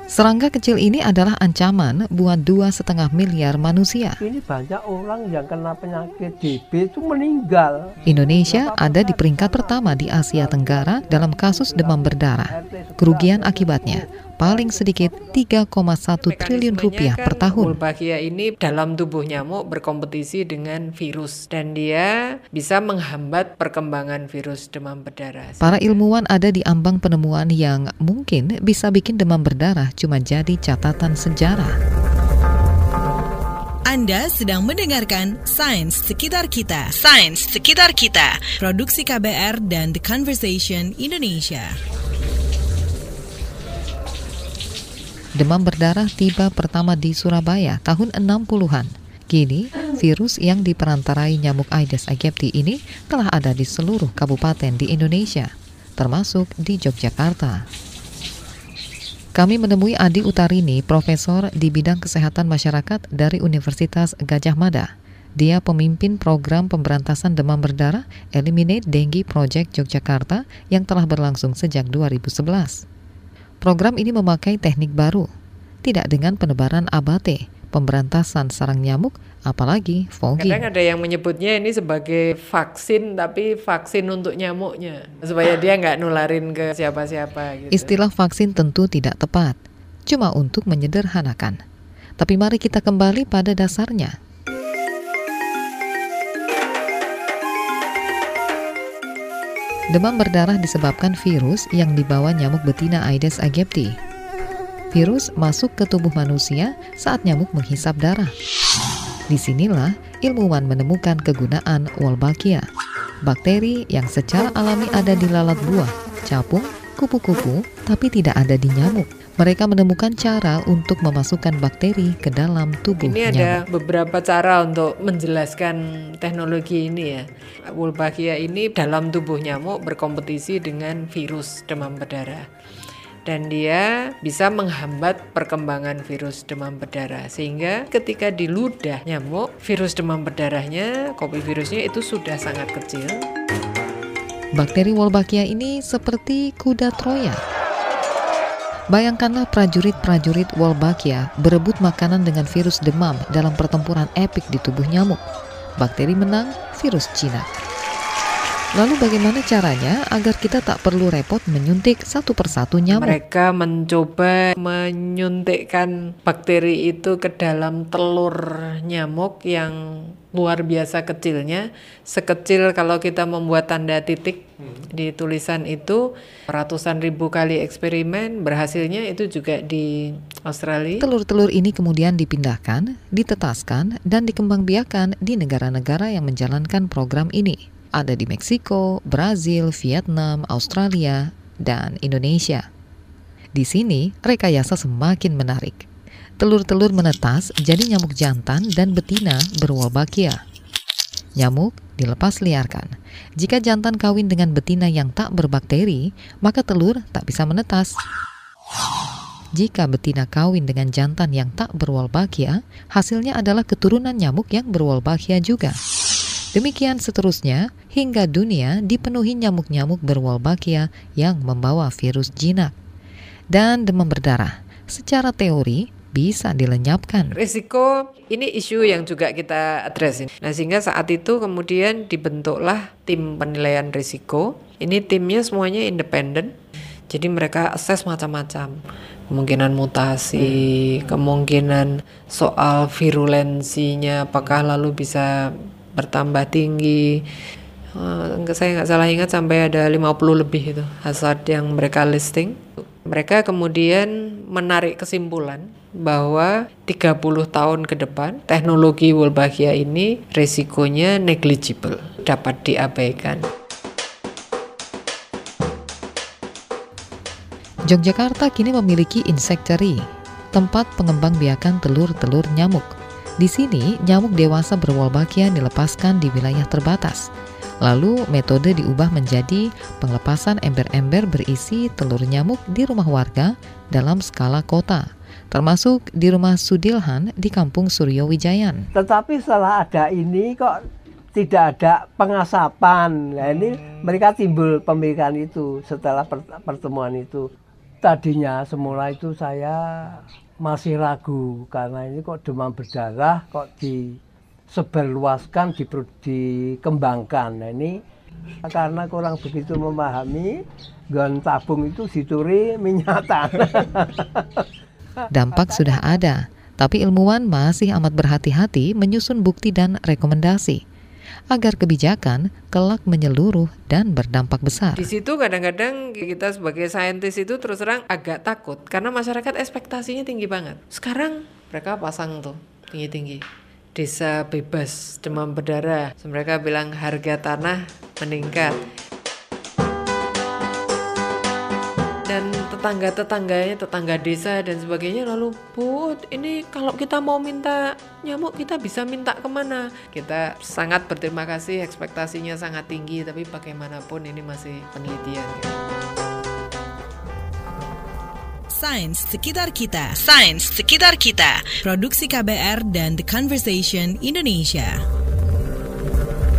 Serangga kecil ini adalah ancaman buat 2,5 miliar manusia. Ini banyak orang yang kena penyakit DB itu meninggal. Indonesia ada di peringkat pertama di Asia Tenggara dalam kasus demam berdarah. Kerugian akibatnya paling sedikit 3,1 triliun rupiah per tahun. Wolbachia ini dalam tubuh nyamuk berkompetisi dengan virus dan dia bisa menghambat perkembangan virus demam berdarah. Para ilmuwan ada di ambang penemuan yang mungkin bisa bikin demam berdarah cuma jadi catatan sejarah. Anda sedang mendengarkan Sains Sekitar Kita. Sains Sekitar Kita. Produksi KBR dan The Conversation Indonesia. Demam berdarah tiba pertama di Surabaya tahun 60-an. Kini, virus yang diperantarai nyamuk Aedes aegypti ini telah ada di seluruh kabupaten di Indonesia, termasuk di Yogyakarta. Kami menemui Adi Utarini, profesor di bidang kesehatan masyarakat dari Universitas Gadjah Mada. Dia pemimpin program pemberantasan demam berdarah Eliminate Dengue Project Yogyakarta yang telah berlangsung sejak 2011. Program ini memakai teknik baru, tidak dengan penebaran abate, pemberantasan sarang nyamuk, apalagi fogging. Kadang ada yang menyebutnya ini sebagai vaksin, tapi vaksin untuk nyamuknya, supaya dia nggak nularin ke siapa-siapa. Gitu. Istilah vaksin tentu tidak tepat, cuma untuk menyederhanakan. Tapi mari kita kembali pada dasarnya. Demam berdarah disebabkan virus yang dibawa nyamuk betina Aedes aegypti. Virus masuk ke tubuh manusia saat nyamuk menghisap darah. Disinilah ilmuwan menemukan kegunaan Wolbachia, bakteri yang secara alami ada di lalat buah, capung, kupu-kupu, tapi tidak ada di nyamuk. Mereka menemukan cara untuk memasukkan bakteri ke dalam tubuh nyamuk. Ini ada beberapa cara untuk menjelaskan teknologi ini ya. Wolbachia ini dalam tubuh nyamuk berkompetisi dengan virus demam berdarah. Dan dia bisa menghambat perkembangan virus demam berdarah. Sehingga ketika di ludah nyamuk, virus demam berdarahnya, kopi virusnya itu sudah sangat kecil. Bakteri Wolbachia ini seperti kuda Troya. Bayangkanlah prajurit-prajurit Wolbachia berebut makanan dengan virus demam dalam pertempuran epik di tubuh nyamuk. Bakteri menang, virus jinak. Lalu bagaimana caranya agar kita tak perlu repot menyuntik satu persatu nyamuk? Mereka mencoba menyuntikkan bakteri itu ke dalam telur nyamuk yang luar biasa kecilnya. Sekecil kalau kita membuat tanda titik di tulisan itu, ratusan ribu kali eksperimen, berhasilnya itu juga di Australia. Telur-telur ini kemudian dipindahkan, ditetaskan, dan dikembangbiakan di negara-negara yang menjalankan program ini. Ada di Meksiko, Brazil, Vietnam, Australia, dan Indonesia. Di sini, rekayasa semakin menarik. Telur-telur menetas jadi nyamuk jantan dan betina berwolbachia. Nyamuk dilepas liarkan. Jika jantan kawin dengan betina yang tak berbakteri, maka telur tak bisa menetas. Jika betina kawin dengan jantan yang tak berwolbachia, hasilnya adalah keturunan nyamuk yang berwolbachia juga. Demikian seterusnya, hingga dunia dipenuhi nyamuk-nyamuk berwolbachia yang membawa virus jinak. Dan demam berdarah, secara teori, bisa dilenyapkan. Risiko ini isu yang juga kita address. Nah, sehingga saat itu kemudian dibentuklah tim penilaian risiko. Ini timnya semuanya independen. Jadi mereka assess macam-macam. Kemungkinan mutasi, kemungkinan soal virulensinya, apakah lalu bisa bertambah tinggi. Saya nggak salah ingat sampai ada 50 lebih itu hazard yang mereka listing. Mereka kemudian menarik kesimpulan bahwa 30 tahun ke depan teknologi Wolbachia ini risikonya negligible, dapat diabaikan. Yogyakarta kini memiliki Insectary, tempat pengembangbiakan telur-telur nyamuk. Di sini, nyamuk dewasa berwolbachia dilepaskan di wilayah terbatas. Lalu, metode diubah menjadi pengelepasan ember-ember berisi telur nyamuk di rumah warga dalam skala kota, termasuk di rumah Sudilhan di Kampung Suryo Wijayan. Tetapi setelah ada ini kok tidak ada pengasapan. Nah, ini mereka timbul pemikiran itu setelah pertemuan itu. Tadinya semula itu saya masih ragu karena ini kok demam berdarah kok disebarluaskan, dikembangkan. Nah, ini karena kurang begitu memahami, gon tabung itu dituri minyak tanah. Dampak sudah ada, tapi ilmuwan masih amat berhati-hati menyusun bukti dan rekomendasi agar kebijakan kelak menyeluruh dan berdampak besar. Di situ kadang-kadang kita sebagai saintis itu terus terang agak takut karena masyarakat ekspektasinya tinggi banget. Sekarang mereka pasang tuh tinggi-tinggi. Desa bebas demam berdarah. Mereka bilang harga tanah meningkat. Dan tetangga-tetangganya, tetangga desa dan sebagainya lalu, Bu, ini kalau kita mau minta nyamuk kita bisa minta kemana? Kita sangat berterima kasih, ekspektasinya sangat tinggi, tapi bagaimanapun ini masih penelitian. Sains Sekitar Kita. Sains Sekitar Kita. Produksi KBR dan The Conversation Indonesia.